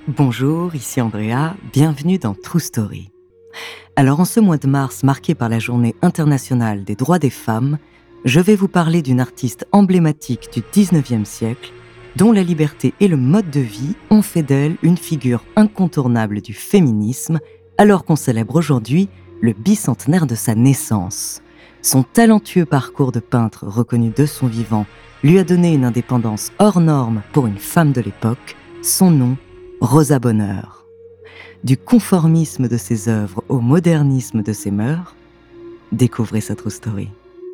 Bonjour, ici Andrea, bienvenue dans True Story. Alors en ce mois de mars marqué par la Journée internationale des droits des femmes, je vais vous parler d'une artiste emblématique du 19e siècle dont la liberté et le mode de vie ont fait d'elle une figure incontournable du féminisme alors qu'on célèbre aujourd'hui le bicentenaire de sa naissance. Son talentueux parcours de peintre reconnu de son vivant lui a donné une indépendance hors norme pour une femme de l'époque. Son nom, Rosa Bonheur. Du conformisme de ses œuvres au modernisme de ses mœurs, découvrez sa true story.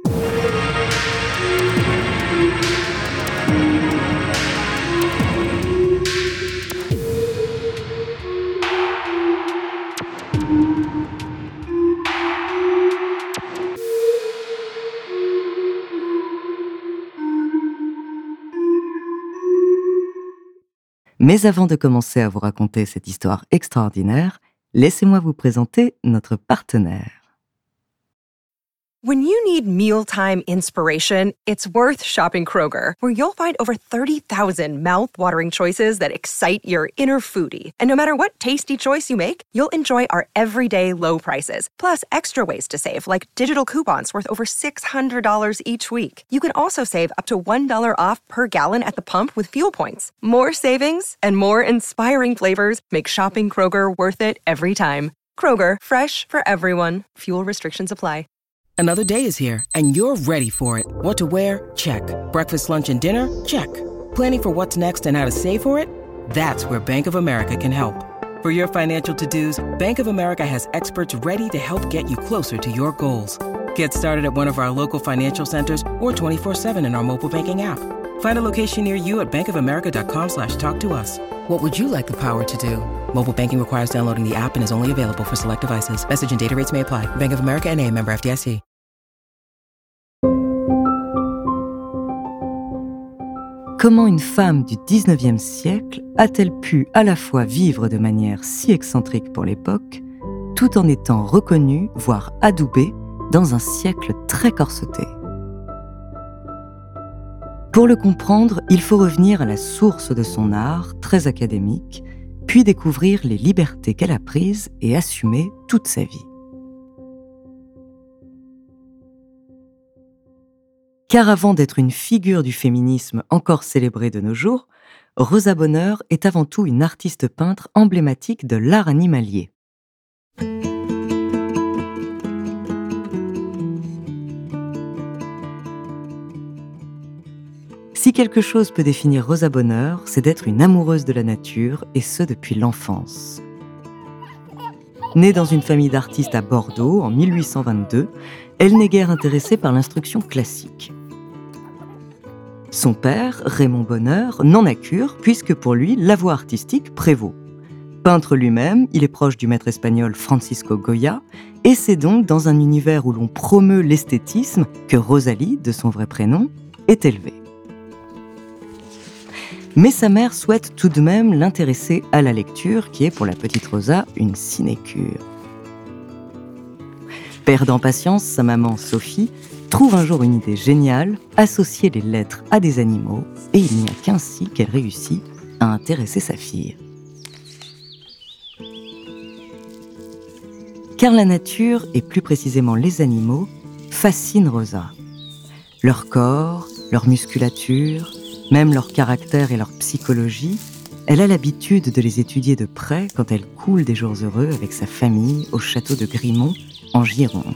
Mais avant de commencer à vous raconter cette histoire extraordinaire, laissez-moi vous présenter notre partenaire. When you need mealtime inspiration, it's worth shopping Kroger, where you'll find over 30,000 mouth-watering choices that excite your inner foodie. And no matter what tasty choice you make, you'll enjoy our everyday low prices, plus extra ways to save, like digital coupons worth over $600 each week. You can also save up to $1 off per gallon at the pump with fuel points. More savings and more inspiring flavors make shopping Kroger worth it every time. Kroger, fresh for everyone. Fuel restrictions apply. Another day is here, and you're ready for it. What to wear? Check. Breakfast, lunch, and dinner? Check. Planning for what's next and how to save for it? That's where Bank of America can help. For your financial to-dos, Bank of America has experts ready to help get you closer to your goals. Get started at one of our local financial centers or 24/7 in our mobile banking app. Find a location near you at bankofamerica.com/talktous. What would you like the power to do? Mobile banking requires downloading the app and is only available for select devices. Message and data rates may apply. Bank of America N.A., member FDIC. Comment une femme du 19e siècle a-t-elle pu à la fois vivre de manière si excentrique pour l'époque, tout en étant reconnue, voire adoubée, dans un siècle très corseté ? Pour le comprendre, il faut revenir à la source de son art, très académique, puis découvrir les libertés qu'elle a prises et assumées toute sa vie. Car avant d'être une figure du féminisme encore célébrée de nos jours, Rosa Bonheur est avant tout une artiste peintre emblématique de l'art animalier. Si quelque chose peut définir Rosa Bonheur, c'est d'être une amoureuse de la nature, et ce depuis l'enfance. Née dans une famille d'artistes à Bordeaux en 1822, elle n'est guère intéressée par l'instruction classique. Son père, Raymond Bonheur, n'en a cure, puisque pour lui, la voie artistique prévaut. Peintre lui-même, il est proche du maître espagnol Francisco Goya, et c'est donc dans un univers où l'on promeut l'esthétisme que Rosalie, de son vrai prénom, est élevée. Mais sa mère souhaite tout de même l'intéresser à la lecture, qui est pour la petite Rosa une sinécure. Perdant patience, sa maman Sophie trouve un jour une idée géniale, associer les lettres à des animaux, et il n'y a qu'ainsi qu'elle réussit à intéresser sa fille. Car la nature, et plus précisément les animaux, fascinent Rosa. Leur corps, leur musculature, même leur caractère et leur psychologie, elle a l'habitude de les étudier de près quand elle coule des jours heureux avec sa famille au château de Grimont, en Gironde.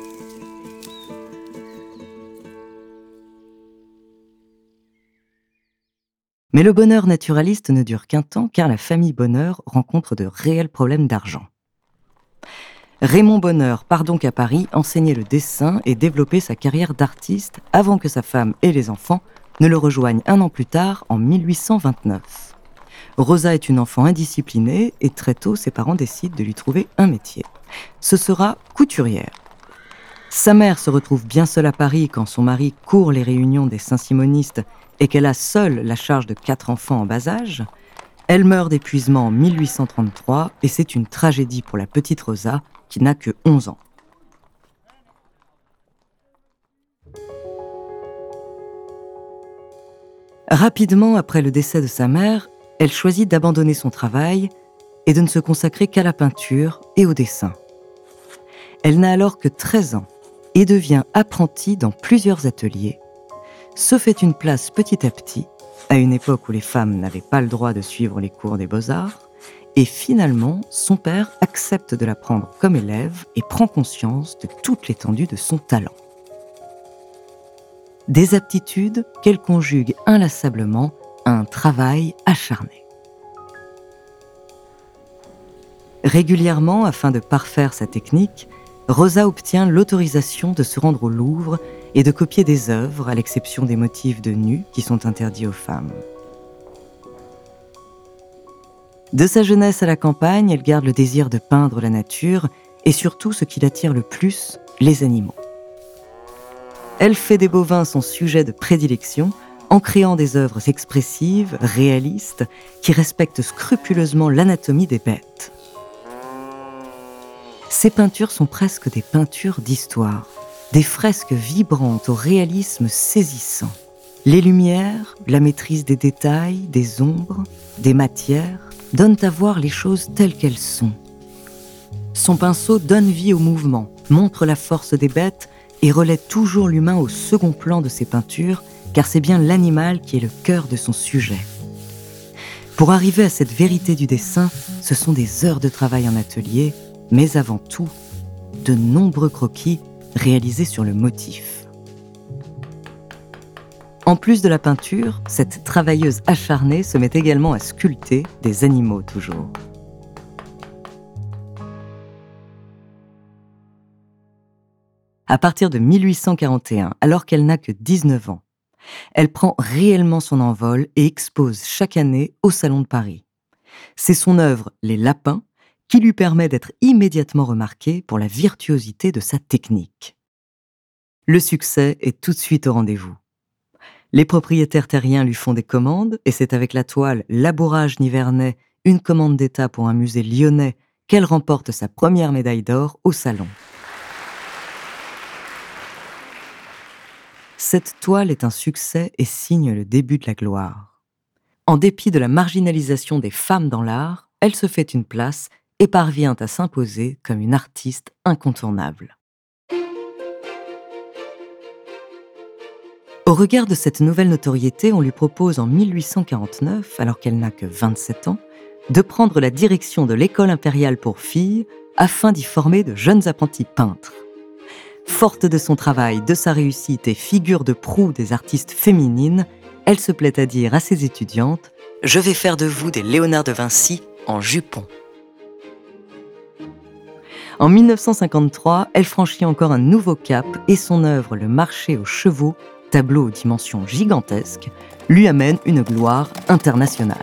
Mais le bonheur naturaliste ne dure qu'un temps, car la famille Bonheur rencontre de réels problèmes d'argent. Raymond Bonheur part donc à Paris enseigner le dessin et développer sa carrière d'artiste avant que sa femme et les enfants ne le rejoignent un an plus tard, en 1829. Rosa est une enfant indisciplinée et très tôt, ses parents décident de lui trouver un métier. Ce sera couturière. Sa mère se retrouve bien seule à Paris quand son mari court les réunions des Saint-Simonistes et qu'elle a seule la charge de 4 enfants en bas âge. Elle meurt d'épuisement en 1833 et c'est une tragédie pour la petite Rosa qui n'a que 11 ans. Rapidement après le décès de sa mère, elle choisit d'abandonner son travail et de ne se consacrer qu'à la peinture et au dessin. Elle n'a alors que 13 ans et devient apprentie dans plusieurs ateliers, se fait une place petit à petit, à une époque où les femmes n'avaient pas le droit de suivre les cours des beaux-arts, et finalement, son père accepte de la prendre comme élève et prend conscience de toute l'étendue de son talent. Des aptitudes qu'elle conjugue inlassablement à un travail acharné. Régulièrement, afin de parfaire sa technique, Rosa obtient l'autorisation de se rendre au Louvre et de copier des œuvres, à l'exception des motifs de nus qui sont interdits aux femmes. De sa jeunesse à la campagne, elle garde le désir de peindre la nature et surtout ce qui l'attire le plus, les animaux. Elle fait des bovins son sujet de prédilection en créant des œuvres expressives, réalistes, qui respectent scrupuleusement l'anatomie des bêtes. Ces peintures sont presque des peintures d'histoire, des fresques vibrantes au réalisme saisissant. Les lumières, la maîtrise des détails, des ombres, des matières, donnent à voir les choses telles qu'elles sont. Son pinceau donne vie au mouvement, montre la force des bêtes et relaie toujours l'humain au second plan de ses peintures, car c'est bien l'animal qui est le cœur de son sujet. Pour arriver à cette vérité du dessin, ce sont des heures de travail en atelier, mais avant tout, de nombreux croquis réalisés sur le motif. En plus de la peinture, cette travailleuse acharnée se met également à sculpter des animaux toujours. À partir de 1841, alors qu'elle n'a que 19 ans, elle prend réellement son envol et expose chaque année au Salon de Paris. C'est son œuvre « Les lapins » qui lui permet d'être immédiatement remarquée pour la virtuosité de sa technique. Le succès est tout de suite au rendez-vous. Les propriétaires terriens lui font des commandes et c'est avec la toile Labourage Nivernais, une commande d'État pour un musée lyonnais qu'elle remporte sa première médaille d'or au Salon. Cette toile est un succès et signe le début de la gloire. En dépit de la marginalisation des femmes dans l'art, elle se fait une place et parvient à s'imposer comme une artiste incontournable. Au regard de cette nouvelle notoriété, on lui propose en 1849, alors qu'elle n'a que 27 ans, de prendre la direction de l'école impériale pour filles afin d'y former de jeunes apprentis peintres. Forte de son travail, de sa réussite et figure de proue des artistes féminines, elle se plaît à dire à ses étudiantes « Je vais faire de vous des Léonard de Vinci en jupon ». En 1953, elle franchit encore un nouveau cap et son œuvre « Le marché aux chevaux », tableau aux dimensions gigantesques, lui amène une gloire internationale.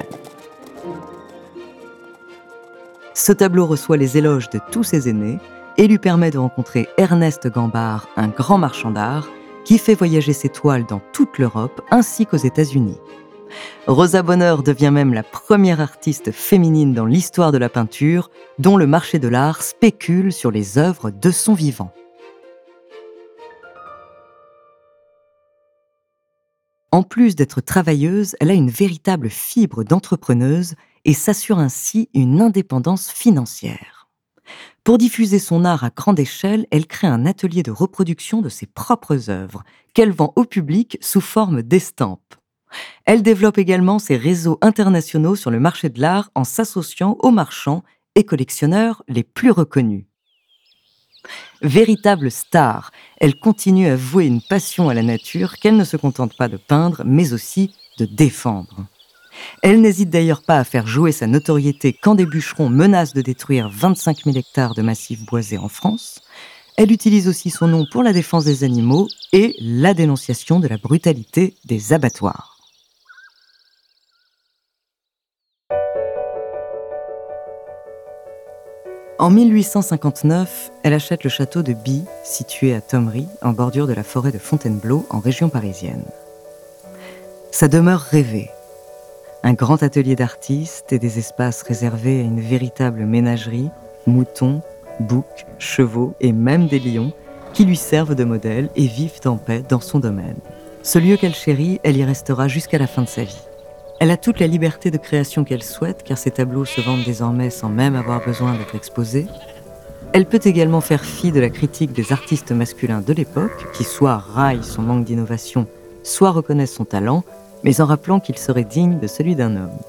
Ce tableau reçoit les éloges de tous ses aînés et lui permet de rencontrer Ernest Gambard, un grand marchand d'art, qui fait voyager ses toiles dans toute l'Europe ainsi qu'aux États-Unis. Rosa Bonheur devient même la première artiste féminine dans l'histoire de la peinture dont le marché de l'art spécule sur les œuvres de son vivant. En plus d'être travailleuse, elle a une véritable fibre d'entrepreneuse et s'assure ainsi une indépendance financière. Pour diffuser son art à grande échelle, elle crée un atelier de reproduction de ses propres œuvres, qu'elle vend au public sous forme d'estampes. Elle développe également ses réseaux internationaux sur le marché de l'art en s'associant aux marchands et collectionneurs les plus reconnus. Véritable star, elle continue à vouer une passion à la nature qu'elle ne se contente pas de peindre, mais aussi de défendre. Elle n'hésite d'ailleurs pas à faire jouer sa notoriété quand des bûcherons menacent de détruire 25 000 hectares de massifs boisés en France. Elle utilise aussi son nom pour la défense des animaux et la dénonciation de la brutalité des abattoirs. En 1859, elle achète le château de By, situé à Thomery, en bordure de la forêt de Fontainebleau, en région parisienne. Sa demeure rêvée. Un grand atelier d'artistes et des espaces réservés à une véritable ménagerie, moutons, boucs, chevaux et même des lions qui lui servent de modèle et vivent en paix dans son domaine. Ce lieu qu'elle chérit, elle y restera jusqu'à la fin de sa vie. Elle a toute la liberté de création qu'elle souhaite, car ses tableaux se vendent désormais sans même avoir besoin d'être exposés. Elle peut également faire fi de la critique des artistes masculins de l'époque, qui soit raillent son manque d'innovation, soit reconnaissent son talent, mais en rappelant qu'il serait digne de celui d'un homme.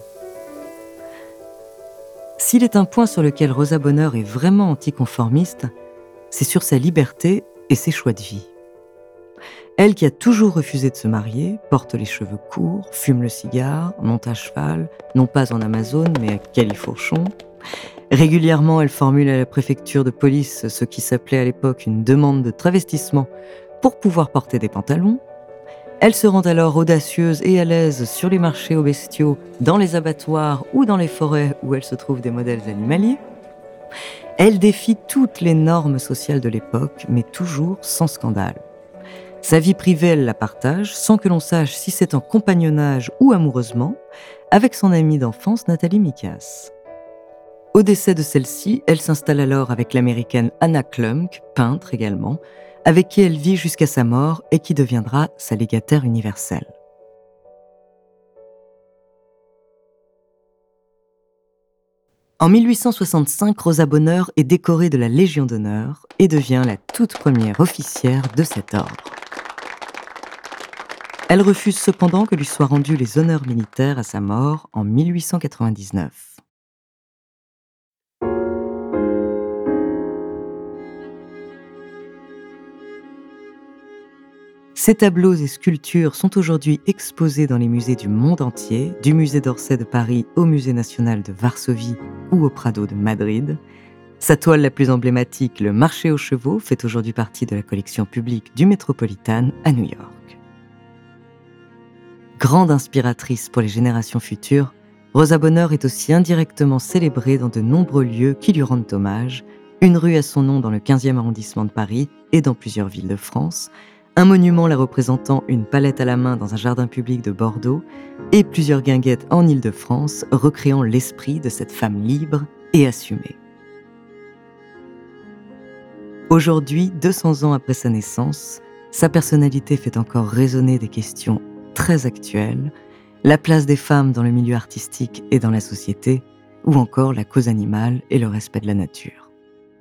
S'il est un point sur lequel Rosa Bonheur est vraiment anticonformiste, c'est sur sa liberté et ses choix de vie. Elle qui a toujours refusé de se marier, porte les cheveux courts, fume le cigare, monte à cheval, non pas en Amazone mais à Califourchon. Régulièrement, elle formule à la préfecture de police ce qui s'appelait à l'époque une demande de travestissement pour pouvoir porter des pantalons. Elle se rend alors audacieuse et à l'aise sur les marchés aux bestiaux, dans les abattoirs ou dans les forêts où elle se trouve des modèles animaliers. Elle défie toutes les normes sociales de l'époque, mais toujours sans scandale. Sa vie privée, elle la partage, sans que l'on sache si c'est en compagnonnage ou amoureusement, avec son amie d'enfance Nathalie Mikas. Au décès de celle-ci, elle s'installe alors avec l'américaine Anna Klumk, peintre également, avec qui elle vit jusqu'à sa mort et qui deviendra sa légataire universelle. En 1865, Rosa Bonheur est décorée de la Légion d'honneur et devient la toute première officière de cet ordre. Elle refuse cependant que lui soient rendus les honneurs militaires à sa mort en 1899. Ces tableaux et sculptures sont aujourd'hui exposés dans les musées du monde entier, du musée d'Orsay de Paris au musée national de Varsovie ou au Prado de Madrid. Sa toile la plus emblématique, le Marché aux chevaux, fait aujourd'hui partie de la collection publique du Metropolitan à New York. Grande inspiratrice pour les générations futures, Rosa Bonheur est aussi indirectement célébrée dans de nombreux lieux qui lui rendent hommage, une rue à son nom dans le 15e arrondissement de Paris et dans plusieurs villes de France, un monument la représentant une palette à la main dans un jardin public de Bordeaux et plusieurs guinguettes en Île-de-France recréant l'esprit de cette femme libre et assumée. Aujourd'hui, 200 ans après sa naissance, sa personnalité fait encore résonner des questions très actuelles, la place des femmes dans le milieu artistique et dans la société, ou encore la cause animale et le respect de la nature.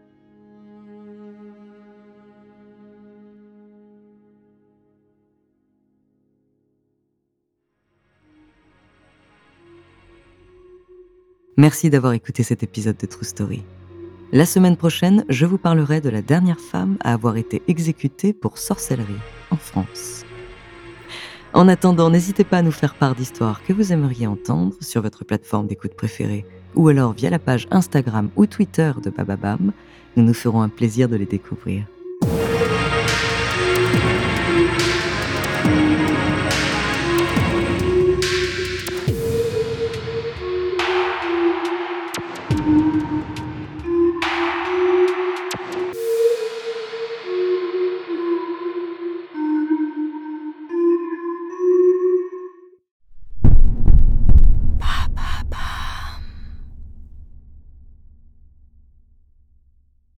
Merci d'avoir écouté cet épisode de True Story. La semaine prochaine, je vous parlerai de la dernière femme à avoir été exécutée pour sorcellerie en France. En attendant, n'hésitez pas à nous faire part d'histoires que vous aimeriez entendre sur votre plateforme d'écoute préférée ou alors via la page Instagram ou Twitter de Bababam. Nous nous ferons un plaisir de les découvrir.